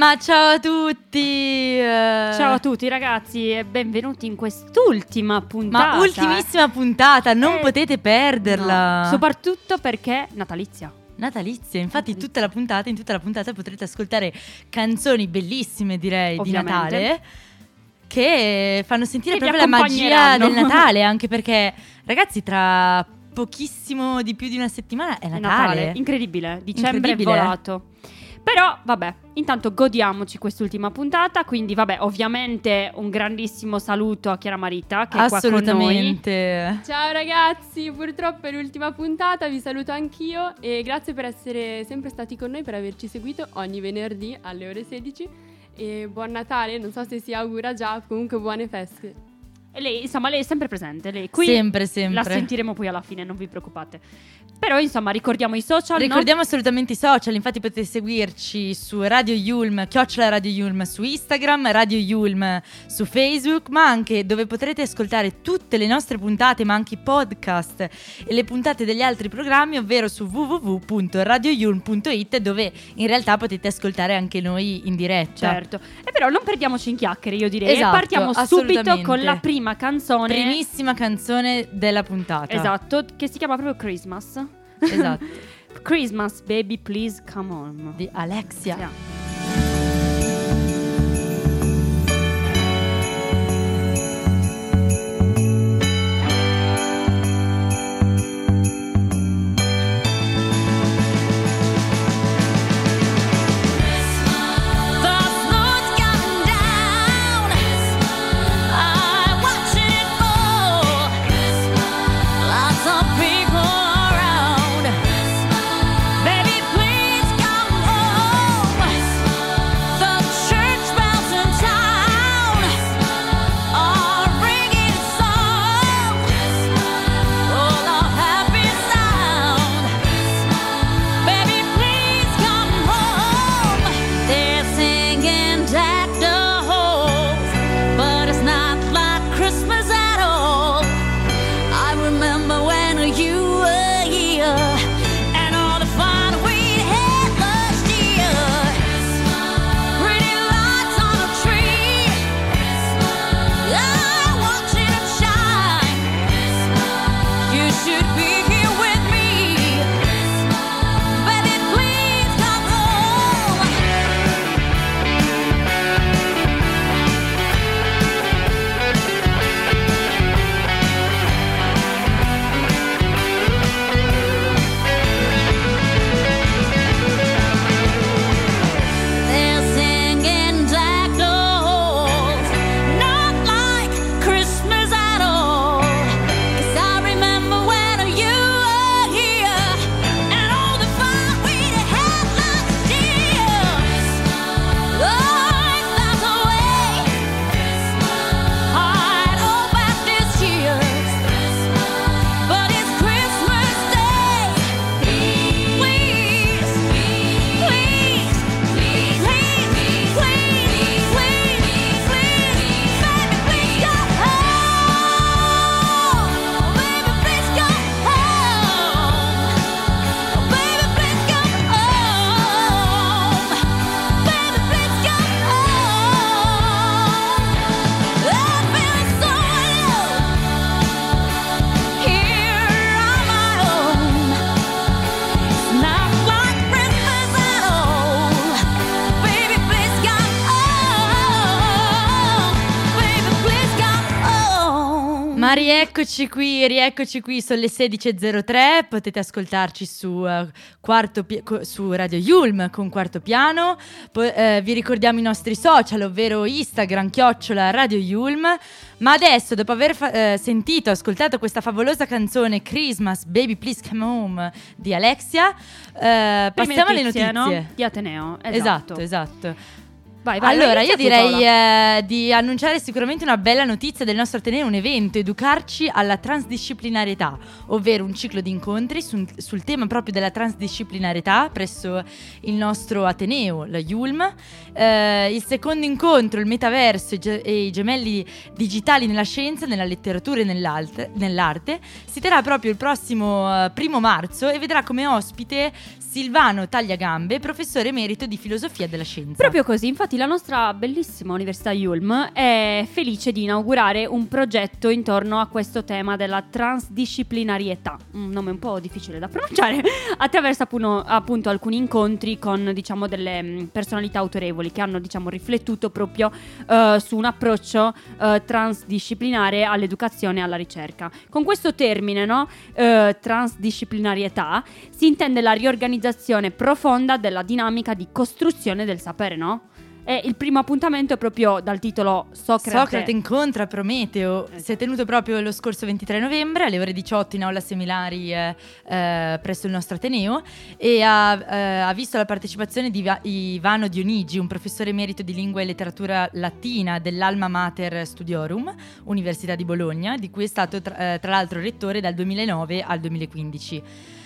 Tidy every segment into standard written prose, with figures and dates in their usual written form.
Ma ciao a tutti! Ciao a tutti ragazzi e benvenuti in quest'ultima puntata. Ma ultimissima puntata, non potete perderla. No, soprattutto perché natalizia. Natalizia, infatti in tutta la puntata potrete ascoltare canzoni bellissime, direi, Ovviamente. di Natale, che fanno sentire Che vi proprio la magia accompagneranno. del Natale, anche perché, ragazzi, tra pochissimo di più di una settimana è Natale. Incredibile, dicembre Incredibile. è volato. Però vabbè, intanto godiamoci quest'ultima puntata. Quindi vabbè, ovviamente un grandissimo saluto a Chiara Marita che è qua con noi. Assolutamente. Ciao ragazzi, purtroppo è l'ultima puntata, vi saluto anch'io e grazie per essere sempre stati con noi, per averci seguito ogni venerdì alle ore 16 e buon Natale, non so se si augura già, comunque buone feste. E lei, insomma, lei è sempre presente. Lei qui Sempre. la sentiremo poi alla fine, non vi preoccupate. Però insomma, ricordiamo i social, Ricordiamo assolutamente i social, infatti potete seguirci su Radio Yulm, @ Radio Yulm su Instagram, Radio Yulm su Facebook, ma anche dove potrete ascoltare tutte le nostre puntate, ma anche i podcast e le puntate degli altri programmi, ovvero su www.radioyulm.it, dove in realtà potete ascoltare anche noi in diretta. Certo. E però non perdiamoci in chiacchiere, io direi. Esatto, E partiamo subito assolutamente. con la prima canzone. Primissima canzone della puntata. Esatto, che si chiama proprio Christmas. Esatto. Christmas, baby, please come on. Di Alexia. Yeah. Ma rieccoci qui, sono le 16.03, potete ascoltarci su su Radio Yulm con Quarto Piano, vi ricordiamo i nostri social, ovvero Instagram, @Radio Yulm, ma adesso dopo aver sentito, ascoltato questa favolosa canzone Christmas, Baby Please Come Home di Alexia, passiamo alle notizie. No? Di Ateneo, Esatto. Vai, allora, io inizia tu, Paola. direi di annunciare sicuramente una bella notizia del nostro Ateneo, un evento, Educarci alla transdisciplinarietà, ovvero un ciclo di incontri sul tema proprio della transdisciplinarietà presso il nostro Ateneo, la Yulm. Il secondo incontro, il metaverso e i gemelli digitali nella scienza, nella letteratura e nell'arte, si terrà proprio il prossimo 1° marzo e vedrà come ospite Silvano Tagliagambe, professore emerito di filosofia della scienza. Proprio così, infatti la nostra bellissima Università Yulm è felice di inaugurare un progetto intorno a questo tema della transdisciplinarietà, un nome un po' difficile da pronunciare, attraverso appunto alcuni incontri con, diciamo, delle personalità autorevoli che hanno, diciamo, riflettuto proprio su un approccio transdisciplinare all'educazione e alla ricerca. Con questo termine, no, transdisciplinarietà, si intende la riorganizzazione profonda della dinamica di costruzione del sapere, no? E il primo appuntamento è proprio dal titolo Socrate incontra Prometeo. Si è tenuto proprio lo scorso 23 novembre alle ore 18 in aula seminari presso il nostro Ateneo e ha visto la partecipazione di Ivano Dionigi, un professore emerito di lingua e letteratura latina dell'Alma Mater Studiorum, Università di Bologna, di cui è stato tra l'altro rettore dal 2009 al 2015.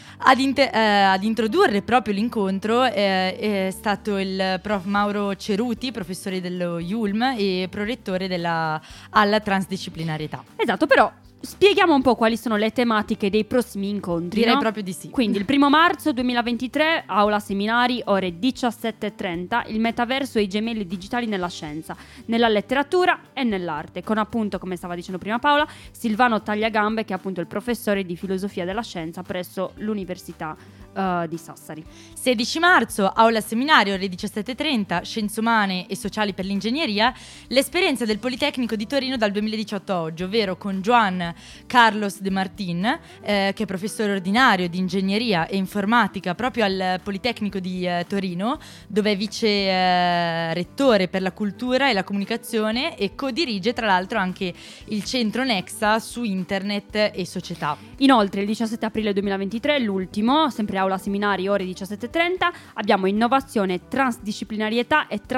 Ad introdurre proprio l'incontro è stato il prof Mauro Ceruti, professore dello Yulm e prorettore alla transdisciplinarietà. Esatto, però spieghiamo un po' quali sono le tematiche dei prossimi incontri. Direi no? proprio di sì. Quindi il 1° marzo 2023, aula seminari, ore 17:30, il metaverso e i gemelli digitali nella scienza, nella letteratura e nell'arte, con appunto, come stava dicendo prima Paola, Silvano Tagliagambe, che è appunto il professore di filosofia della scienza presso l'Università di Sassari. 16 marzo, aula seminario, ore 17:30, scienze umane e sociali per l'ingegneria, l'esperienza del Politecnico di Torino dal 2018 a oggi, ovvero con Joan Carlos De Martin, che è professore ordinario di ingegneria e informatica proprio al Politecnico di Torino, dove è vice rettore per la cultura e la comunicazione e codirige tra l'altro anche il centro Nexa su internet e società. Inoltre il 17 aprile 2023, l'ultimo, sempre aula seminari, ore 17:30, abbiamo innovazione, transdisciplinarietà e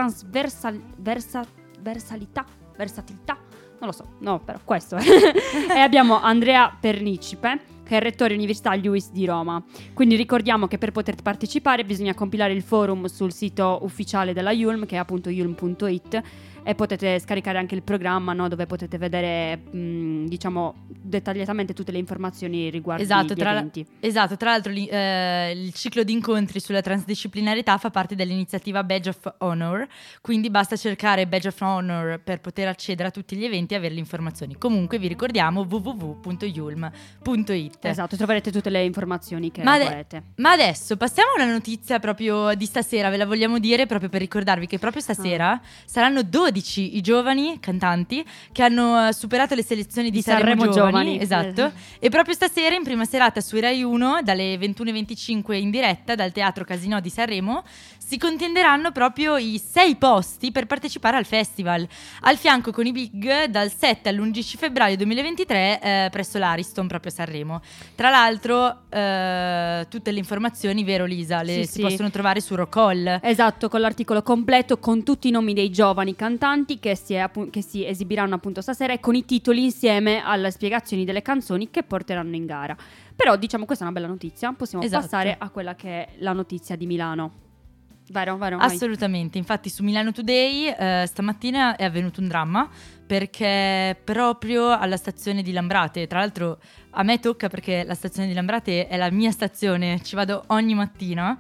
versatilità, non lo so, no, però questo è. E abbiamo Andrea Pernicipe, che è rettore Università Luis di Roma. Quindi ricordiamo che per poter partecipare bisogna compilare il forum sul sito ufficiale della Yulm, che è appunto yulm.it, e potete scaricare anche il programma, no, dove potete vedere diciamo dettagliatamente tutte le informazioni riguardo gli eventi. Esatto, tra l'altro il ciclo di incontri sulla transdisciplinarietà fa parte dell'iniziativa Badge of Honor, quindi basta cercare Badge of Honor per poter accedere a tutti gli eventi e avere le informazioni. Comunque vi ricordiamo www.yulm.it. Esatto, troverete tutte le informazioni che volete. Ma adesso passiamo a una notizia proprio di stasera, ve la vogliamo dire proprio per ricordarvi che proprio stasera saranno 12 i giovani cantanti che hanno superato le selezioni di Sanremo Giovani. Esatto. E proprio stasera in prima serata su Rai 1 dalle 21:25 in diretta dal Teatro Casinò di Sanremo si contenderanno proprio i 6 posti per partecipare al festival, al fianco con i big dal 7 all'11 febbraio 2023 presso l'Ariston proprio a Sanremo. Tra l'altro tutte le informazioni, vero Lisa, si possono trovare su Rockall. Esatto, con l'articolo completo con tutti i nomi dei giovani cantanti che si esibiranno appunto stasera e con i titoli insieme alle spiegazioni delle canzoni che porteranno in gara. Però diciamo questa è una bella notizia, possiamo passare a quella che è la notizia di Milano. Vero? Assolutamente, infatti su Milano Today stamattina è avvenuto un dramma perché proprio alla stazione di Lambrate, tra l'altro a me tocca perché la stazione di Lambrate è la mia stazione, ci vado ogni mattina,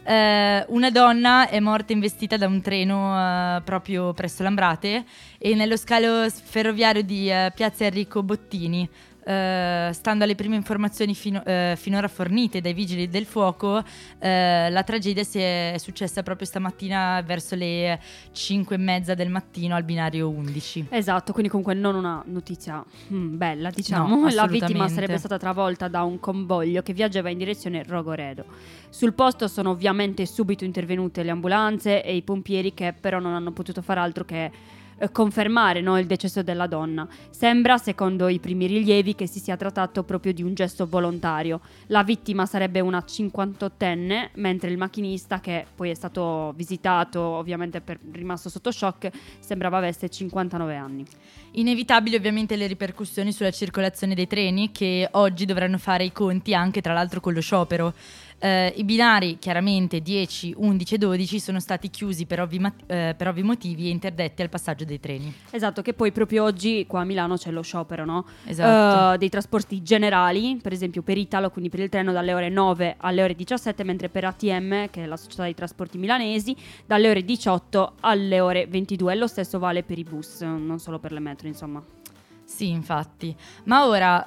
una donna è morta investita da un treno proprio presso Lambrate e nello scalo ferroviario di Piazza Enrico Bottini. Stando alle prime informazioni finora fornite dai vigili del fuoco, la tragedia è successa proprio stamattina verso le 5:30 del mattino al binario 11. Esatto, quindi comunque non una notizia bella, diciamo. No, la vittima sarebbe stata travolta da un convoglio che viaggiava in direzione Rogoredo. Sul posto sono ovviamente subito intervenute le ambulanze e i pompieri che però non hanno potuto far altro che confermare, no, il decesso della donna. Sembra, secondo i primi rilievi, che si sia trattato proprio di un gesto volontario. La vittima sarebbe una 58enne, mentre il macchinista, che poi è stato visitato, ovviamente rimasto sotto shock, sembrava avesse 59 anni. Inevitabili ovviamente le ripercussioni sulla circolazione dei treni, che oggi dovranno fare i conti anche tra l'altro con lo sciopero. I binari chiaramente 10, 11 e 12 sono stati chiusi per ovvi motivi e interdetti al passaggio dei treni. Esatto, che poi proprio oggi qua a Milano c'è lo sciopero, no? Esatto. Dei trasporti generali, per esempio per Italo, quindi per il treno dalle ore 9 alle ore 17, mentre per ATM, che è la società dei trasporti milanesi, dalle ore 18 alle ore 22. E lo stesso vale per i bus, non solo per le metro, insomma. Sì, infatti. Ma ora,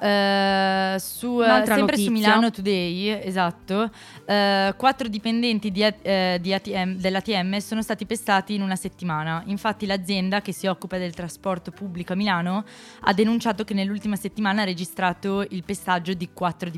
sempre notizia. su Milano Today, esatto, 4 dipendenti dell'ATM sono stati pestati in una settimana. Infatti l'azienda che si occupa del trasporto pubblico a Milano ha denunciato che nell'ultima settimana ha registrato il pestaggio di 4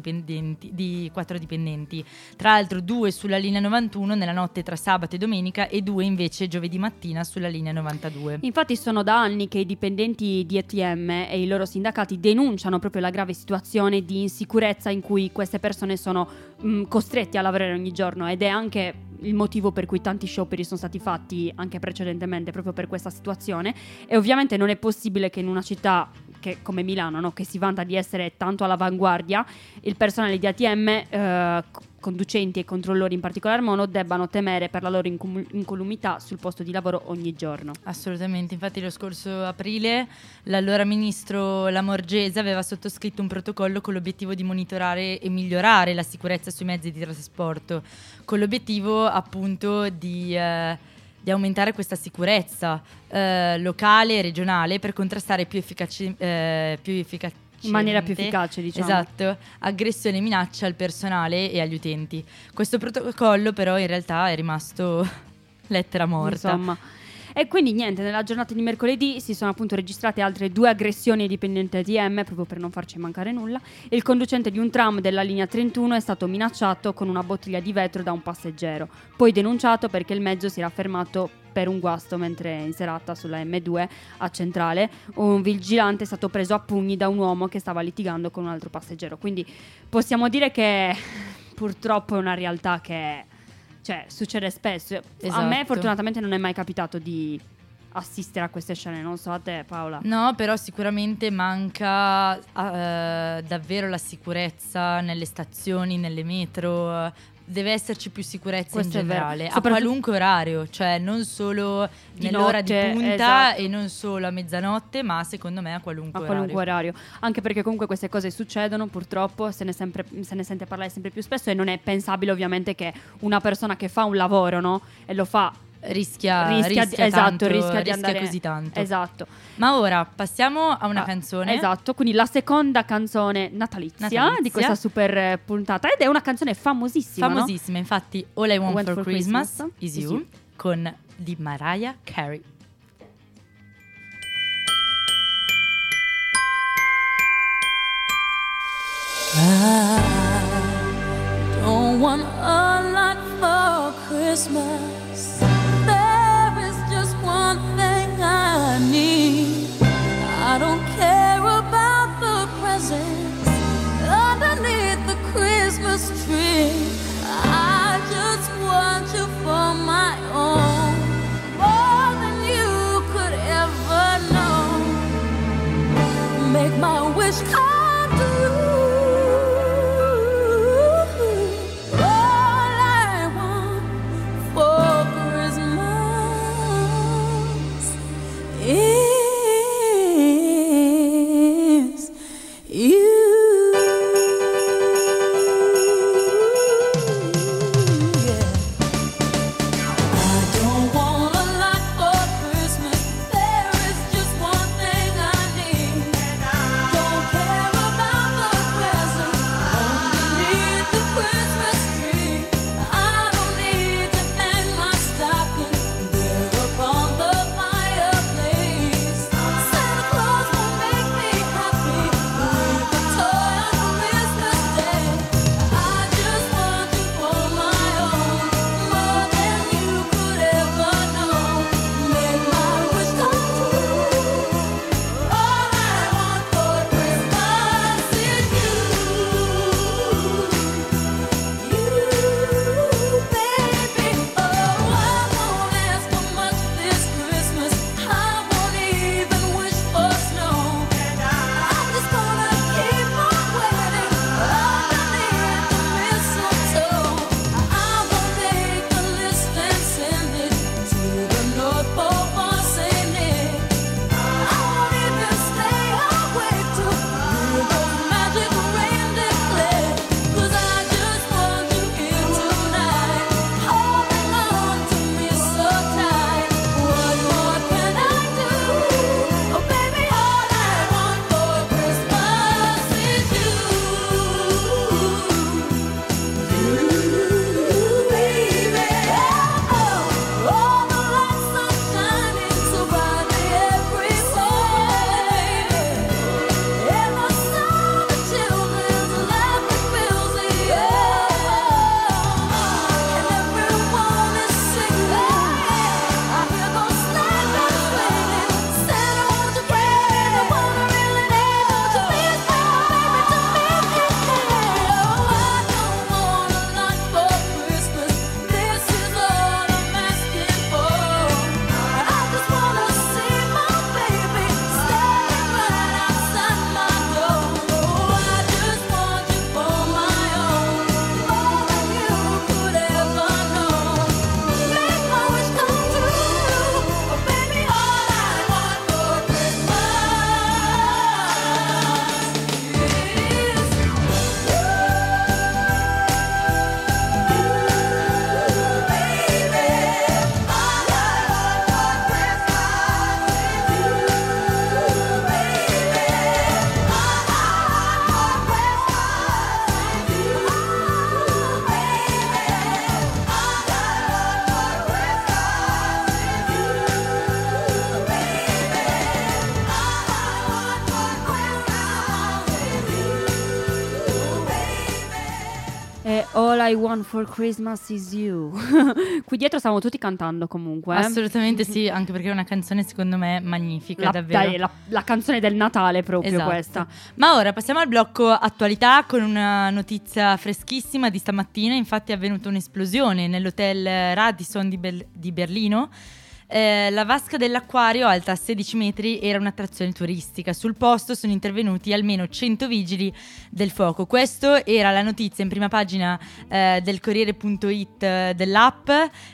dipendenti. Tra l'altro 2 sulla linea 91 nella notte tra sabato e domenica e 2 invece giovedì mattina sulla linea 92. Infatti sono da anni che i dipendenti di ATM e i loro sindacati denunciano proprio la grave situazione di insicurezza in cui queste persone sono costretti a lavorare ogni giorno, ed è anche il motivo per cui tanti scioperi sono stati fatti anche precedentemente, proprio per questa situazione. E ovviamente non è possibile che in una città come Milano, no, che si vanta di essere tanto all'avanguardia, il personale di ATM, conducenti e controllori in particolar modo, debbano temere per la loro incolumità sul posto di lavoro ogni giorno. Assolutamente, infatti lo scorso aprile l'allora ministro Lamorgese aveva sottoscritto un protocollo con l'obiettivo di monitorare e migliorare la sicurezza sui mezzi di trasporto, con l'obiettivo appunto di aumentare questa sicurezza locale e regionale per contrastare più efficacemente, in maniera più efficace, diciamo. Esatto, aggressione e minaccia al personale e agli utenti. Questo protocollo però in realtà è rimasto lettera morta. Insomma. E quindi niente, nella giornata di mercoledì si sono appunto registrate altre 2 aggressioni ai dipendenti ATM, proprio per non farci mancare nulla. Il conducente di un tram della linea 31 è stato minacciato con una bottiglia di vetro da un passeggero, poi denunciato perché il mezzo si era fermato per un guasto mentre in serata sulla M2 a Centrale. Un vigilante è stato preso a pugni da un uomo che stava litigando con un altro passeggero. Quindi possiamo dire che purtroppo è una realtà che succede spesso. Esatto. A me fortunatamente non è mai capitato di assistere a queste scene, non so a te, Paola. No, però sicuramente manca davvero la sicurezza nelle stazioni, nelle metro. Deve esserci più sicurezza Questo in è vero. generale, a qualunque orario, cioè non solo nell'ora notte, di punta, esatto. e non solo a mezzanotte, ma secondo me a qualunque orario. Anche perché comunque queste cose succedono, purtroppo se ne sente parlare sempre più spesso, e non è pensabile ovviamente che una persona che fa un lavoro, no, e lo fa rischia esatto, tanto, rischia di andare così tanto. Esatto. Ma ora passiamo a una canzone. Esatto, quindi la seconda canzone natalizia di questa super puntata, ed è una canzone famosissima, famosissima, no? Infatti All I Want for Christmas is You con di Mariah Carey. I don't want a lot for Christmas. There is just one thing I need. I don't care about the presents underneath the Christmas tree. I just want you for my own, more than you could ever know. Make my wish come true. Don't care All I Want for Christmas is You. Qui dietro stiamo tutti cantando comunque. Assolutamente sì, anche perché è una canzone secondo me magnifica, davvero. Dai, la canzone del Natale proprio, Esatto. questa. Ma ora passiamo al blocco attualità con una notizia freschissima di stamattina. Infatti è avvenuta un'esplosione nell'hotel Radisson di Berlino. La vasca dell'acquario, alta 16 metri, era un'attrazione turistica. Sul posto sono intervenuti almeno 100 vigili del fuoco. Questo era la notizia in prima pagina del Corriere.it dell'app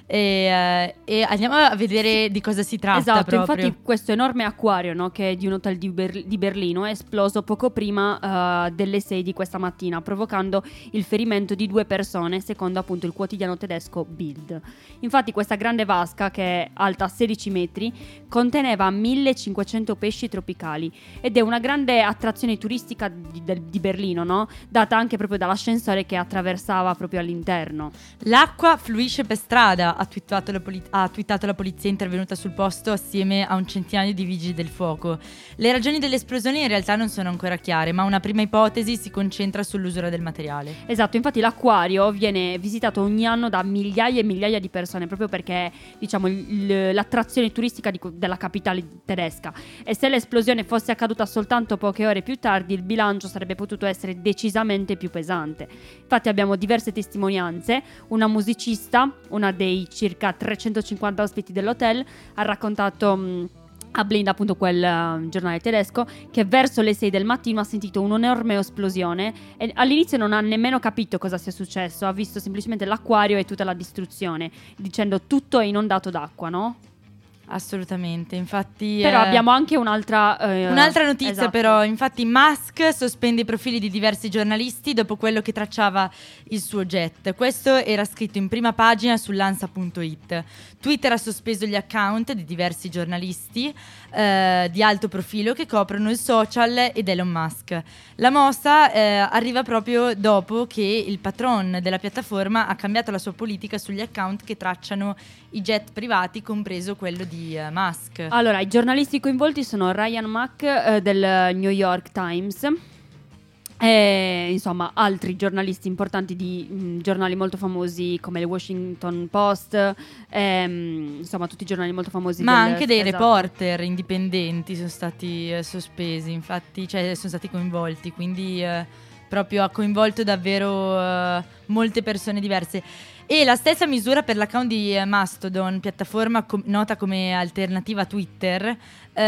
e andiamo a vedere di cosa si tratta. Esatto, proprio. infatti questo enorme acquario, no, che è di un hotel di Berlino, è esploso poco prima delle 6 di questa mattina, provocando il ferimento di 2 persone, secondo appunto il quotidiano tedesco Bild. Infatti questa grande vasca, che è alta 16 metri, conteneva 1500 pesci tropicali ed è una grande attrazione turistica di Berlino, no? Data anche proprio dall'ascensore che attraversava proprio all'interno. L'acqua fluisce per strada, ha twittato la polizia intervenuta sul posto assieme a un centinaio di vigili del fuoco. Le ragioni dell'esplosione in realtà non sono ancora chiare, ma una prima ipotesi si concentra sull'usura del materiale. Esatto, infatti l'acquario viene visitato ogni anno da migliaia e migliaia di persone, proprio perché diciamo l'attrazione turistica della capitale tedesca, e se l'esplosione fosse accaduta soltanto poche ore più tardi il bilancio sarebbe potuto essere decisamente più pesante. Infatti abbiamo diverse testimonianze. Una musicista, una dei circa 350 ospiti dell'hotel, ha raccontato a Blind, appunto quel giornale tedesco, che verso le 6 del mattino ha sentito un'enorme esplosione e all'inizio non ha nemmeno capito cosa sia successo, ha visto semplicemente l'acquario e tutta la distruzione, dicendo tutto è inondato d'acqua, no? Assolutamente, infatti Però abbiamo anche un'altra notizia, esatto. Però infatti Musk sospende i profili di diversi giornalisti dopo quello che tracciava il suo jet. Questo era scritto in prima pagina sull'Ansa.it. Twitter ha sospeso gli account di diversi giornalisti di alto profilo che coprono il social ed Elon Musk. La mossa arriva proprio dopo che il patron della piattaforma ha cambiato la sua politica sugli account che tracciano i jet privati, compreso quello di Musk. Allora, i giornalisti coinvolti sono Ryan Mack del New York Times e insomma altri giornalisti importanti di giornali molto famosi come il Washington Post, insomma tutti i giornali molto famosi. Ma anche dei esatto. reporter indipendenti sono stati sospesi, infatti, cioè sono stati coinvolti, quindi proprio ha coinvolto davvero molte persone diverse. E la stessa misura per l'account di Mastodon, piattaforma nota come alternativa a Twitter,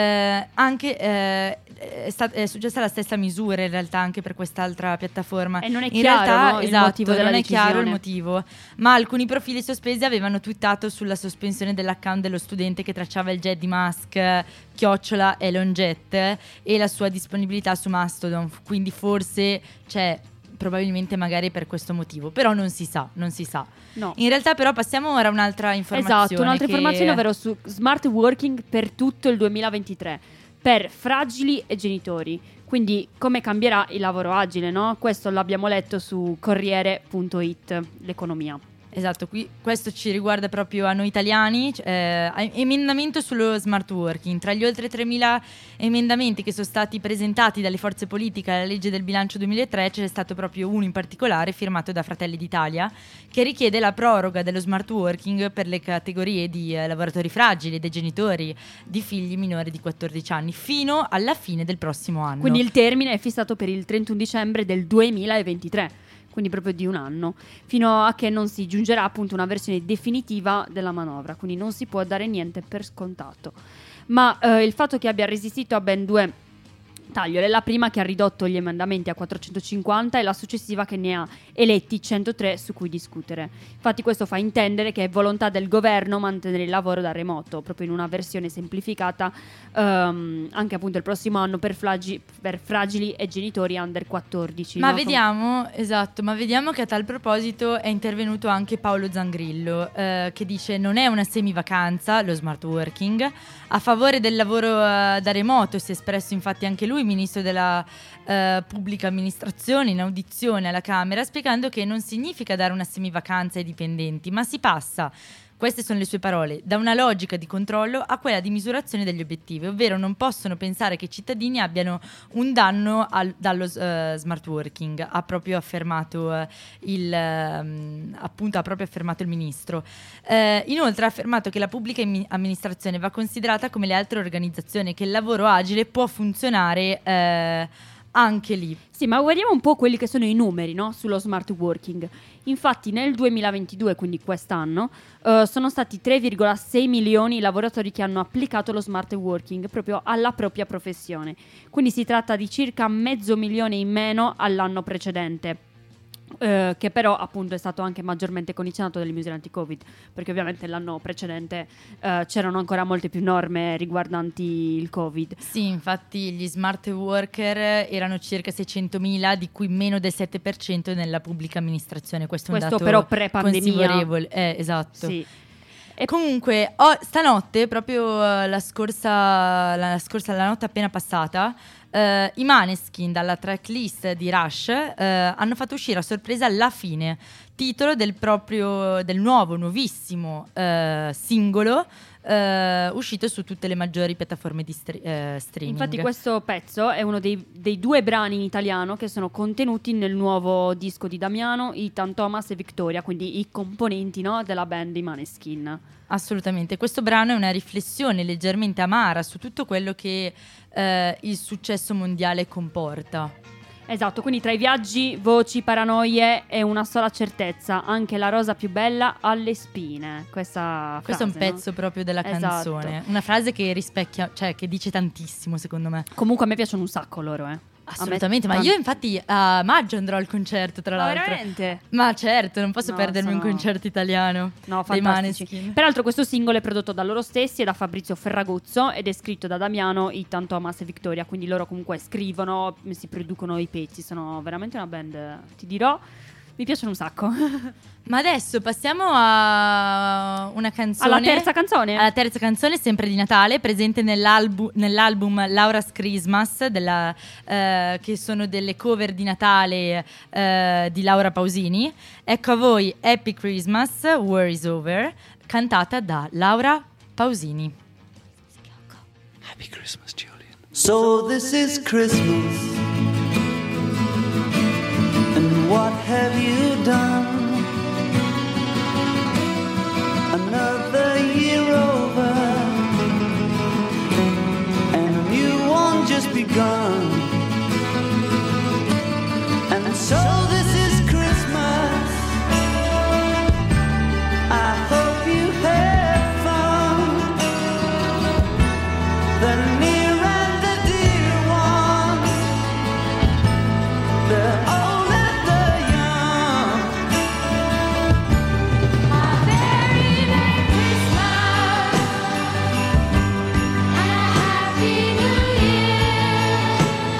è successa la stessa misura in realtà anche per quest'altra piattaforma. E non è in chiaro, realtà, no, il esatto, motivo della non è decisione. chiaro il motivo, ma alcuni profili sospesi avevano twittato sulla sospensione dell'account dello studente che tracciava il jet di Musk, @ElonJet, e la sua disponibilità su Mastodon, quindi forse c'è probabilmente magari per questo motivo, però non si sa. No. In realtà però passiamo ora a un'altra informazione. Esatto, un'altra informazione, ovvero su smart working per tutto il 2023 per fragili e genitori. Quindi come cambierà il lavoro agile, no? Questo l'abbiamo letto su Corriere.it, l'economia. Esatto, questo ci riguarda proprio a noi italiani. Emendamento sullo smart working. Tra gli oltre 3.000 emendamenti che sono stati presentati dalle forze politiche alla legge del bilancio 2003 c'è stato proprio uno in particolare firmato da Fratelli d'Italia che richiede la proroga dello smart working per le categorie di lavoratori fragili e dei genitori di figli minori di 14 anni fino alla fine del prossimo anno. Quindi il termine è fissato per il 31 dicembre del 2023. Quindi proprio di un anno, fino a che non si giungerà appunto una versione definitiva della manovra, quindi non si può dare niente per scontato. Ma il fatto che abbia resistito a ben 2 tagliole, la prima che ha ridotto gli emendamenti a 450 e la successiva che ne ha eletti 103 su cui discutere. Infatti questo fa intendere che è volontà del governo mantenere il lavoro da remoto, proprio in una versione semplificata anche appunto il prossimo anno per fragili e genitori under 14. Ma no? vediamo che a tal proposito è intervenuto anche Paolo Zangrillo che dice non è una semivacanza lo smart working, a favore del lavoro da remoto si è espresso infatti anche lui, ministro della pubblica amministrazione, in audizione alla Camera, spiegando che non significa dare una semivacanza ai dipendenti, ma si passa Queste sono le sue parole: da una logica di controllo a quella di misurazione degli obiettivi, ovvero non possono pensare che i cittadini abbiano un danno dallo smart working, ha proprio affermato il ministro. Inoltre ha affermato che la pubblica amministrazione va considerata come le altre organizzazioni, che il lavoro agile può funzionare anche lì. Sì, ma guardiamo un po' quelli che sono i numeri, no? Sullo smart working. Infatti nel 2022, quindi quest'anno, sono stati 3,6 milioni i lavoratori che hanno applicato lo smart working proprio alla propria professione. Quindi si tratta di circa 500.000 in meno all'anno precedente. Che però appunto è stato anche maggiormente condizionato dalle misure anti-Covid, perché ovviamente l'anno precedente c'erano ancora molte più norme riguardanti il Covid. Sì, infatti gli smart worker erano circa 600.000, di cui meno del 7% nella pubblica amministrazione. Questo è un dato però pre-pandemia. considerevole. Esatto. Sì. E comunque stanotte, proprio la notte appena passata, i Maneskin dalla tracklist di Rush hanno fatto uscire a sorpresa La Fine, titolo del nuovissimo singolo uscito su tutte le maggiori piattaforme di streaming. Infatti questo pezzo è uno dei 2 brani in italiano che sono contenuti nel nuovo disco di Damiano, Ethan Thomas e Victoria, quindi i componenti, no, della band di Maneskin. Assolutamente, questo brano è una riflessione leggermente amara su tutto quello che il successo mondiale comporta. Esatto, quindi tra i viaggi, voci, paranoie e una sola certezza: anche la rosa più bella ha le spine. Questo è un pezzo, no? Proprio della canzone. Esatto. Una frase che rispecchia, cioè che dice tantissimo, secondo me. Comunque a me piacciono un sacco loro, Assolutamente, ma io infatti a maggio andrò al concerto, tra l'altro. Veramente? Ma certo, non posso perdermi un concerto italiano. No, fantastici. Peraltro questo singolo è prodotto da loro stessi e da Fabrizio Ferraguzzo ed è scritto da Damiano, Ethan Thomas e Victoria, quindi loro comunque scrivono, si producono i pezzi, sono veramente una band, ti dirò, mi piacciono un sacco. Ma adesso passiamo a una canzone. Alla terza canzone, sempre di Natale, presente nell'album Laura's Christmas, che sono delle cover di Natale di Laura Pausini. Ecco a voi Happy Christmas, War is Over, cantata da Laura Pausini. Happy Christmas, Julian. So this is Christmas, and what have you done? Another year over, and a new one just begun. And so this is Christmas, I hope you have fun. The near and the dear ones, the old and the young. A very Merry Christmas and a Happy New Year.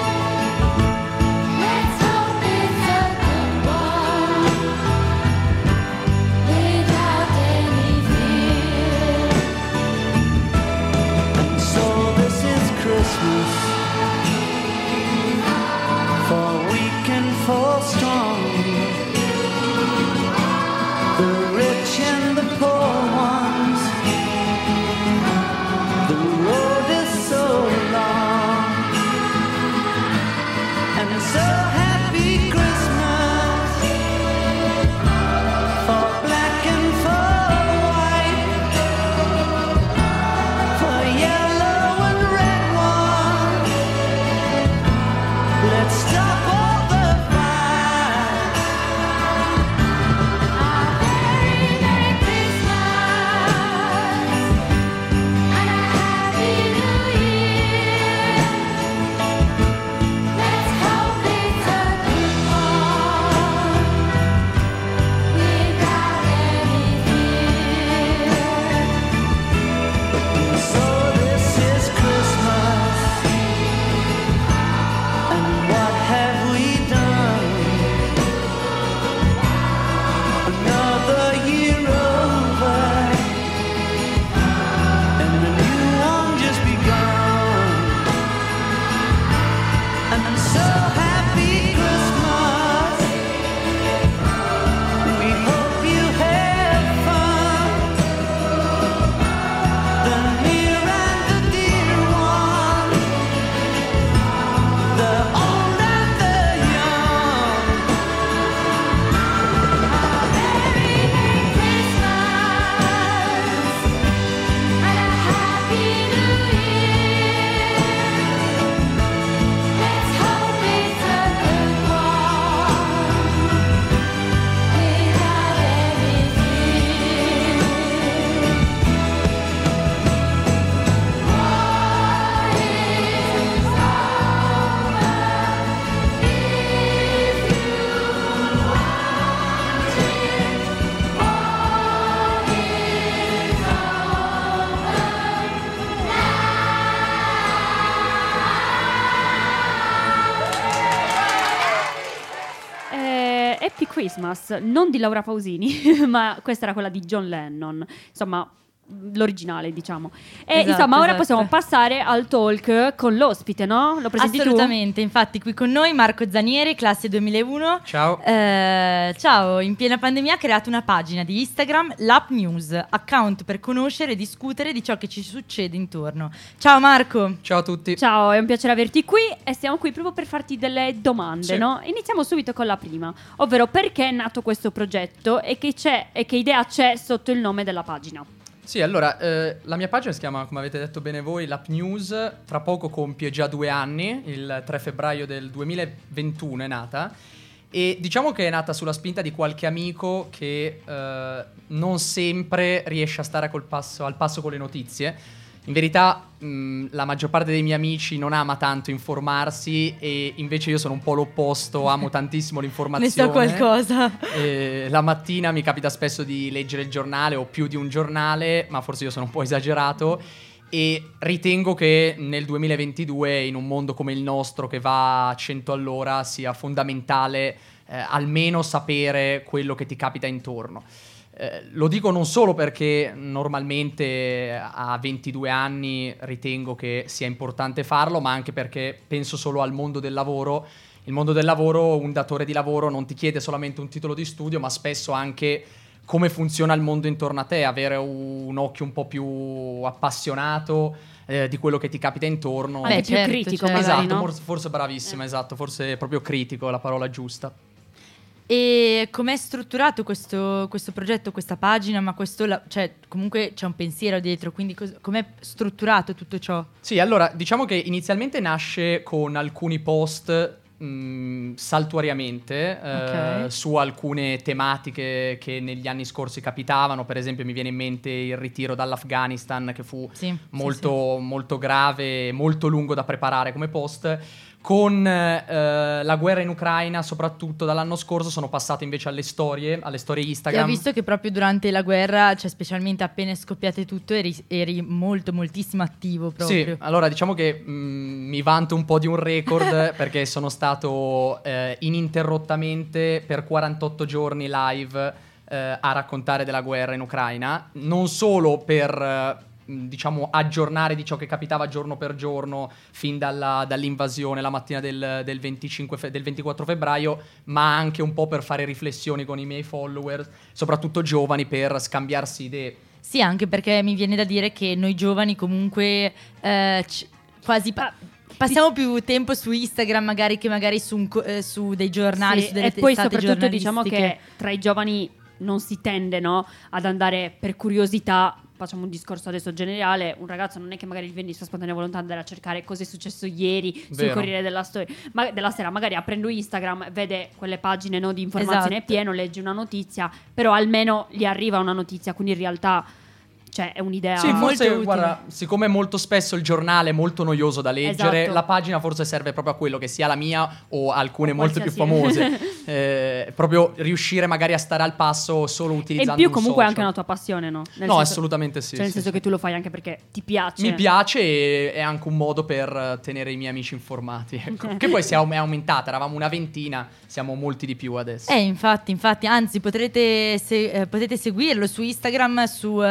Happy Christmas, non di Laura Pausini, ma questa era quella di John Lennon. Insomma, l'originale, diciamo. E Esatto, insomma, ora esatto. possiamo passare al talk con l'ospite, no? Lo presenti Assolutamente, infatti qui con noi Marco Zanieri, classe 2001. Ciao. Ciao, in piena pandemia ha creato una pagina di Instagram, l'App News, account per conoscere e discutere di ciò che ci succede intorno. Ciao Marco. Ciao a tutti. tu? Ciao, è un piacere averti qui e siamo qui proprio per farti delle domande, Sì. no? Iniziamo subito con la prima, ovvero perché è nato questo progetto e che idea c'è sotto il nome della pagina? Sì, allora, la mia pagina si chiama, come avete detto bene voi, l'App News. Tra poco compie già 2 anni, il 3 febbraio del 2021 è nata. E diciamo che è nata sulla spinta di qualche amico che non sempre riesce a stare al passo con le notizie. In verità la maggior parte dei miei amici non ama tanto informarsi e invece io sono un po' l'opposto, amo tantissimo l'informazione. Ne so qualcosa. La mattina mi capita spesso di leggere il giornale o più di un giornale, ma forse io sono un po' esagerato. E ritengo che nel 2022, in un mondo come il nostro che va a 100 all'ora, sia fondamentale almeno sapere quello che ti capita intorno. Lo dico non solo perché normalmente a 22 anni ritengo che sia importante farlo, ma anche perché penso solo al mondo del lavoro. Il mondo del lavoro, un datore di lavoro non ti chiede solamente un titolo di studio, ma spesso anche come funziona il mondo intorno a te, avere un occhio un po' più appassionato di quello che ti capita intorno. Beh, più certo, critico certo. magari, Esatto, no? forse bravissima, esatto, forse proprio critico è la parola giusta. E com'è strutturato questo progetto, questa pagina? Ma cioè, comunque c'è un pensiero dietro, quindi com'è strutturato tutto ciò? Sì, allora, diciamo che inizialmente nasce con alcuni post saltuariamente Ok. su alcune tematiche che negli anni scorsi capitavano. Per esempio mi viene in mente il ritiro dall'Afghanistan, che fu Sì, molto grave e molto lungo da preparare come post. Con la guerra in Ucraina, soprattutto dall'anno scorso, sono passato invece alle storie E Instagram. ho visto che proprio durante la guerra, cioè specialmente appena è scoppiate tutto, eri moltissimo attivo proprio. Sì, allora diciamo che mi vanto un po' di un record perché sono stato ininterrottamente per 48 giorni live a raccontare della guerra in Ucraina, non solo per diciamo aggiornare di ciò che capitava giorno per giorno fin dall'invasione la mattina del 24 febbraio, ma anche un po' per fare riflessioni con i miei follower, soprattutto giovani, per scambiarsi idee. Sì, anche perché mi viene da dire che noi giovani comunque quasi passiamo più tempo su Instagram magari che magari su dei giornali, Sì, su delle e poi testate soprattutto diciamo giornalistiche. che tra i giovani non si tende, no, ad andare per curiosità. Facciamo un discorso adesso generale, un ragazzo non è che magari gli viene di sua spontanea volontà andare a cercare cosa è successo ieri sul Vero. Corriere della Sera, magari aprendo Instagram vede quelle pagine, no, di informazione Esatto. pieno, legge una notizia, però almeno gli arriva una notizia, quindi in realtà cioè è un'idea Sì, molto forse utile. guarda, siccome molto spesso il giornale è molto noioso da leggere, Esatto. la pagina forse serve proprio a quello, che sia la mia o alcune O molto più qualsiasi. famose. Proprio riuscire magari a stare al passo solo e utilizzando in più un comunque è anche social. una tua passione, no? Nel No, senso- assolutamente sì. Cioè nel sì, senso sì. che tu lo fai anche perché ti piace. Mi piace e è anche un modo per tenere i miei amici informati. Ecco. Che poi è aumentata, eravamo una ventina, siamo molti di più adesso. Infatti, anzi potete seguirlo su Instagram su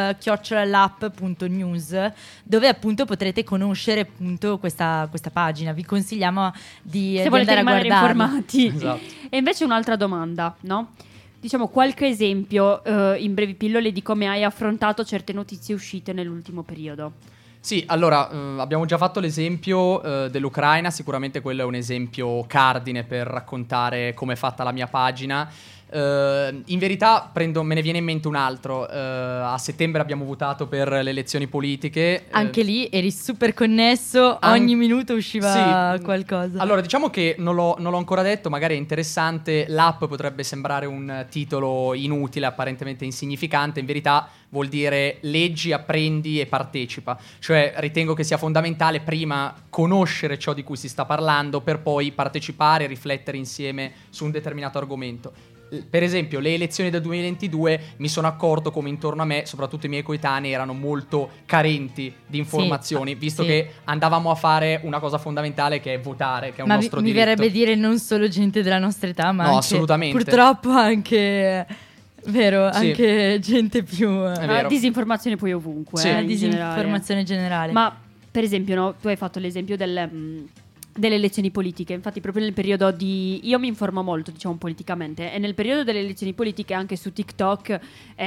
@lap.news, dove appunto potrete conoscere appunto questa pagina. Vi consigliamo di Se volete andare a rimanere guardarla. informati. Esatto. E invece un'altra domanda, no? Diciamo qualche esempio in brevi pillole di come hai affrontato certe notizie uscite nell'ultimo periodo. Sì, allora abbiamo già fatto l'esempio dell'Ucraina, sicuramente quello è un esempio cardine per raccontare come è fatta la mia pagina. In verità me ne viene in mente un altro. A settembre abbiamo votato per le elezioni politiche. Anche lì eri super connesso, ogni minuto usciva Sì. qualcosa. Allora, diciamo che non l'ho ancora detto, magari è interessante. L'app potrebbe sembrare un titolo inutile, apparentemente insignificante. In verità vuol dire leggi, apprendi e partecipa. Cioè, ritengo che sia fondamentale prima conoscere ciò di cui si sta parlando per poi partecipare e riflettere insieme su un determinato argomento. per esempio le elezioni del 2022 mi sono accorto come intorno a me, soprattutto i miei coetanei, erano molto carenti di informazioni, visto che andavamo a fare una cosa fondamentale che è votare, che è un nostro mi diritto. verrebbe dire non solo gente della nostra età, ma No, anche, assolutamente. purtroppo anche, vero, Sì. anche gente più... È vero. Disinformazione poi ovunque. Sì. in disinformazione generale. Ma per esempio, no, tu hai fatto l'esempio delle elezioni politiche. Infatti proprio nel periodo io mi informo molto, diciamo, politicamente, e nel periodo delle elezioni politiche anche su TikTok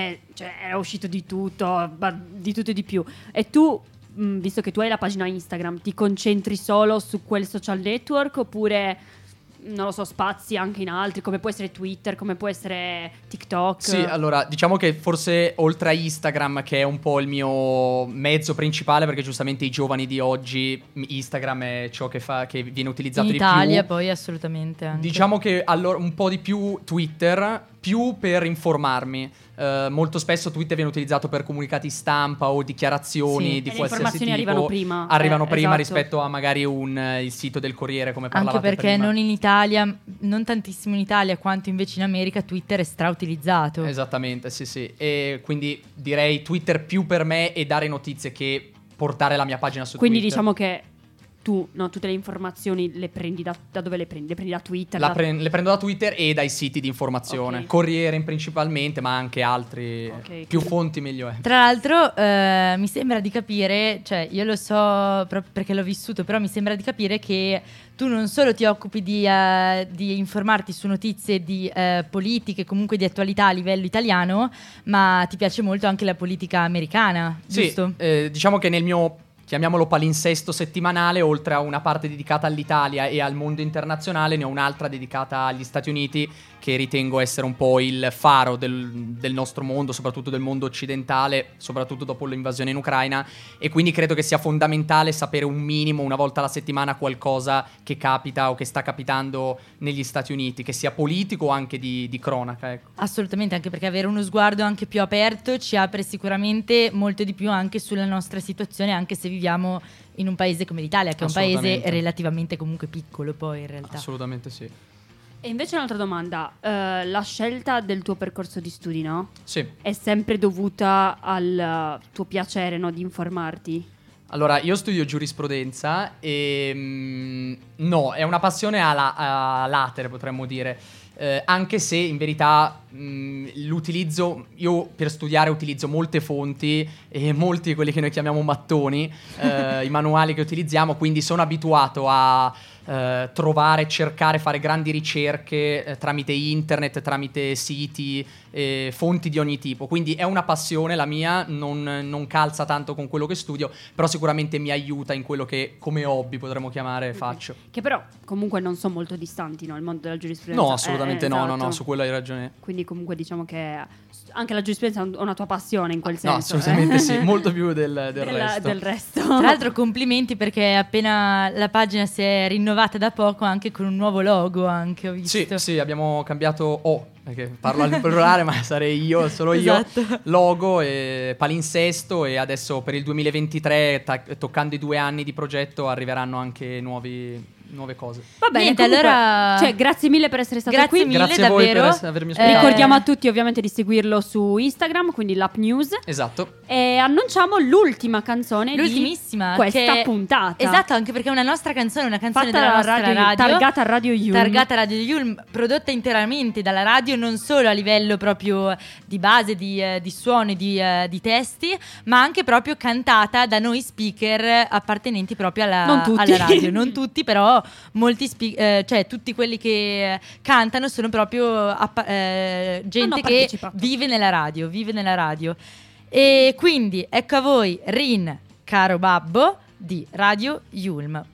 era uscito di tutto e di più. E tu, visto che tu hai la pagina Instagram, ti concentri solo su quel social network oppure, non lo so, spazi anche in altri, come può essere Twitter, come può essere TikTok? Sì, allora, diciamo che forse oltre a Instagram, che è un po' il mio mezzo principale, perché giustamente i giovani di oggi Instagram è ciò che viene utilizzato in di Italia più. poi assolutamente anche. Diciamo che allora un po' di più Twitter, più per informarmi. Molto spesso Twitter viene utilizzato per comunicati stampa o dichiarazioni Sì. di E le qualsiasi informazioni tipo. arrivano prima. Arrivano prima Esatto. rispetto a magari il sito del Corriere, come Anche parlavate perché prima. non in Italia, non tantissimo in Italia quanto invece in America, Twitter è strautilizzato. Esattamente, sì. E quindi direi Twitter più per me e dare notizie che portare la mia pagina su Quindi Twitter. diciamo che tu, no, tutte le informazioni le prendi da dove le prendi? Le prendi da Twitter? Le prendo da Twitter e dai siti di informazione. Ok. Corriere principalmente, ma anche altri. Ok, Più quindi- fonti meglio è. Tra l'altro mi sembra di capire, cioè io lo so proprio perché l'ho vissuto, però mi sembra di capire che tu non solo ti occupi di informarti su notizie di politiche, comunque di attualità a livello italiano, ma ti piace molto anche la politica americana, giusto? Sì, diciamo che nel mio, chiamiamolo palinsesto settimanale, oltre a una parte dedicata all'Italia e al mondo internazionale, ne ho un'altra dedicata agli Stati Uniti, che ritengo essere un po' il faro del nostro mondo, soprattutto del mondo occidentale, soprattutto dopo l'invasione in Ucraina, e quindi credo che sia fondamentale sapere un minimo, una volta alla settimana, qualcosa che capita o che sta capitando negli Stati Uniti, che sia politico o anche di cronaca, ecco. Assolutamente, anche perché avere uno sguardo anche più aperto ci apre sicuramente molto di più anche sulla nostra situazione, anche se viviamo in un paese come l'Italia, che è un paese Assolutamente. relativamente comunque piccolo poi in realtà. Assolutamente sì. E invece un'altra domanda, la scelta del tuo percorso di studi, no? Sì. È sempre dovuta al tuo piacere, no, di informarti? Allora, io studio giurisprudenza e no, è una passione a latere, potremmo dire. Anche se in verità l'utilizzo, io per studiare utilizzo molte fonti e molti di quelli che noi chiamiamo mattoni, i manuali che utilizziamo, quindi sono abituato a trovare, cercare, fare grandi ricerche tramite internet, tramite siti, fonti di ogni tipo. Quindi è una passione la mia, non calza tanto con quello che studio, però sicuramente mi aiuta in quello che come hobby potremmo chiamare faccio. Che però comunque non sono molto distanti, no, il mondo della giurisprudenza. No, assolutamente no, esatto. su quello hai ragione. Quindi comunque diciamo che anche la giurisprudenza è una tua passione in quel No, senso. assolutamente sì, molto più del resto. Del resto. Tra l'altro complimenti perché appena la pagina si è rinnovata da poco anche con un nuovo logo anche, ho visto. Sì, abbiamo cambiato perché parlo al plurale, ma sarei solo io, Esatto. logo e palinsesto, e adesso per il 2023, toccando i 2 anni di progetto, arriveranno anche nuove cose. Va bene, Niente, comunque, allora- cioè, grazie mille per essere stato Grazie qui. mille, Grazie a voi davvero. per avermi ospitato. Ricordiamo a tutti ovviamente di seguirlo su Instagram, quindi l'App News. Esatto. E annunciamo l'ultimissima canzone L'ultimissima di questa che- puntata. Esatto, anche perché è una nostra canzone, una canzone Fatta della dalla nostra radio, targata a Radio Yulm. targata Radio Yulm, prodotta interamente dalla radio, non solo a livello proprio di base, di suoni, di testi, ma anche proprio cantata da noi speaker appartenenti proprio Non tutti. alla radio. Non tutti, però molti cioè tutti quelli che cantano sono proprio gente Hanno che partecipato. vive nella radio. E quindi ecco a voi Rin, caro babbo, di Radio Yulm.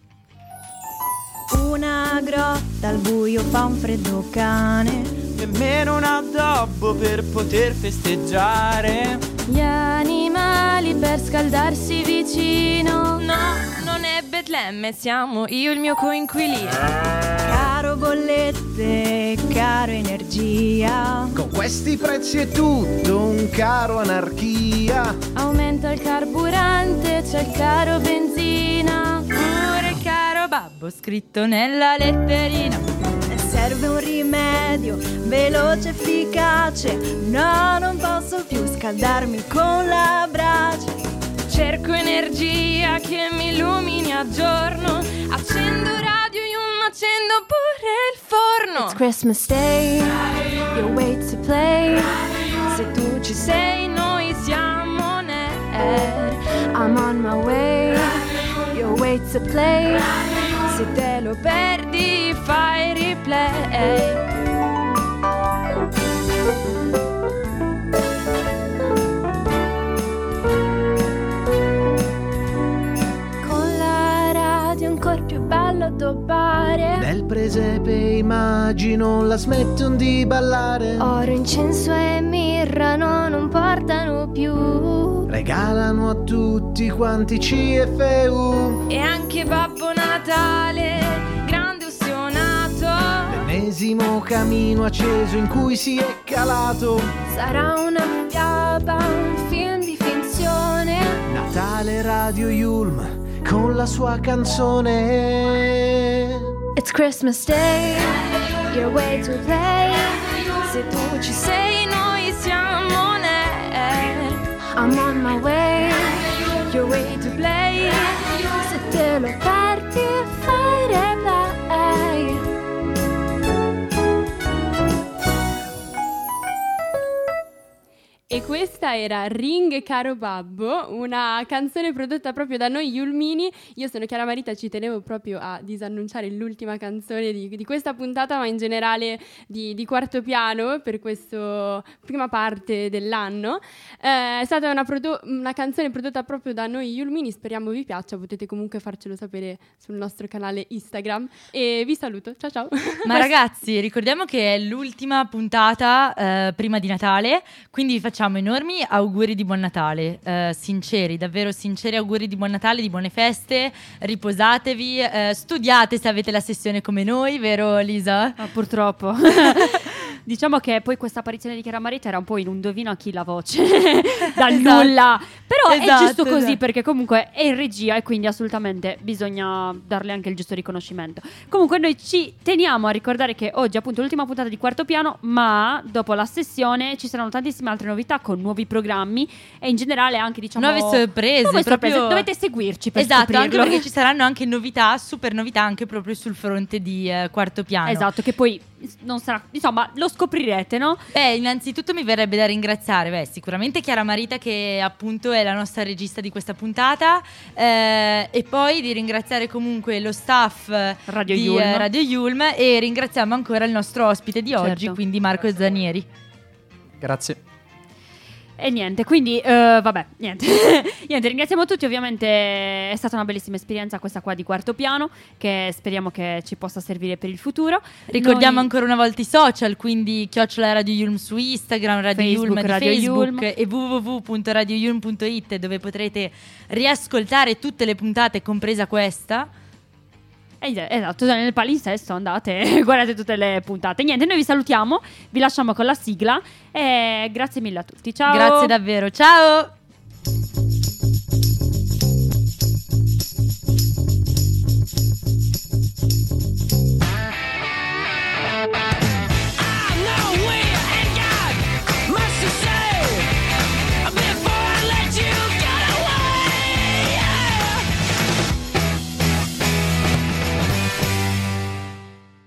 Una grotta al buio fa un freddo cane. Nemmeno un addobbo per poter festeggiare. Gli animali per scaldarsi vicino. No, non è Betlemme, siamo io e il mio coinquilino. Caro bollette, caro energia. Con questi prezzi è tutto un caro anarchia. Aumenta il carburante, c'è il caro benzina. Pure caro babbo scritto nella letterina. Se serve un rimedio veloce, efficace. No, non posso più scaldarmi con la brace. Cerco energia che mi illumini a giorno. Accendo Radio Yulm, accendo pure il forno. It's Christmas Day, your way to play. Se tu ci sei, noi siamo on air. I'm on my way, your way to play. Se te lo perdi, fai replay. Con la radio è ancora più bello addobbare. Nel presepe immagino la smettono di ballare. Oro, incenso e mirra non portano più. Regalano a tutti quanti CFU. E anche Babbo Natale, grande ustionato. L'ennesimo camino acceso in cui si è calato. Sarà una fiaba, un film di finzione. Natale Radio Yulm con la sua canzone. It's Christmas Day, your way to play. Se tu ci sei, noi siamo on air. I'm on my way, Your way to play. se te lo perdi fai replay. E questa era Ring Caro Babbo, una canzone prodotta proprio da noi Yulmini. Io sono Chiara Marita, ci tenevo proprio a disannunciare l'ultima canzone di questa puntata, ma in generale di Quarto Piano per questa prima parte dell'anno. È stata una canzone prodotta proprio da noi Yulmini, speriamo vi piaccia, potete comunque farcelo sapere sul nostro canale Instagram. E vi saluto, ciao ciao! Ma ragazzi, ricordiamo che è l'ultima puntata prima di Natale, quindi vi facciamo enormi auguri di buon Natale, sinceri, davvero sinceri auguri di buon Natale, di buone feste, riposatevi, studiate se avete la sessione come noi, vero Lisa? Purtroppo. Diciamo che poi questa apparizione di Chiara Marita era un po' in un indovino a chi la voce dal Esatto. nulla, però è Esatto, giusto così esatto. perché comunque è in regia e quindi assolutamente bisogna darle anche il giusto riconoscimento. Comunque noi ci teniamo a ricordare che oggi è appunto l'ultima puntata di Quarto Piano, ma dopo la sessione ci saranno tantissime altre novità con nuovi programmi e in generale anche diciamo Nuove sorprese, proprio- dovete seguirci per Esatto, scoprirlo. anche perché ci saranno anche novità, super novità anche proprio sul fronte di Quarto Piano. Esatto, che poi non sarà, insomma, lo scoprirete, no? Innanzitutto mi verrebbe da ringraziare sicuramente Chiara Marita, che appunto è la nostra regista di questa puntata, e poi di ringraziare comunque lo staff Radio di Yulm. Radio Yulm, e ringraziamo ancora il nostro ospite di oggi, Certo. quindi Marco Zanieri. Grazie. E niente, quindi vabbè, niente. Niente, ringraziamo tutti, ovviamente è stata una bellissima esperienza questa qua di Quarto Piano, che speriamo che ci possa servire per il futuro. Ricordiamo Noi- ancora una volta i social, quindi @ Radio Yulm su Instagram, Radio Facebook, Yulm di Radio Facebook Yulm. e www.radioyulm.it, dove potrete riascoltare tutte le puntate, compresa questa. Esatto, nel palinsesto andate e guardate tutte le puntate. Niente, noi vi salutiamo, vi lasciamo con la sigla e grazie mille a tutti. Ciao. Grazie davvero, ciao!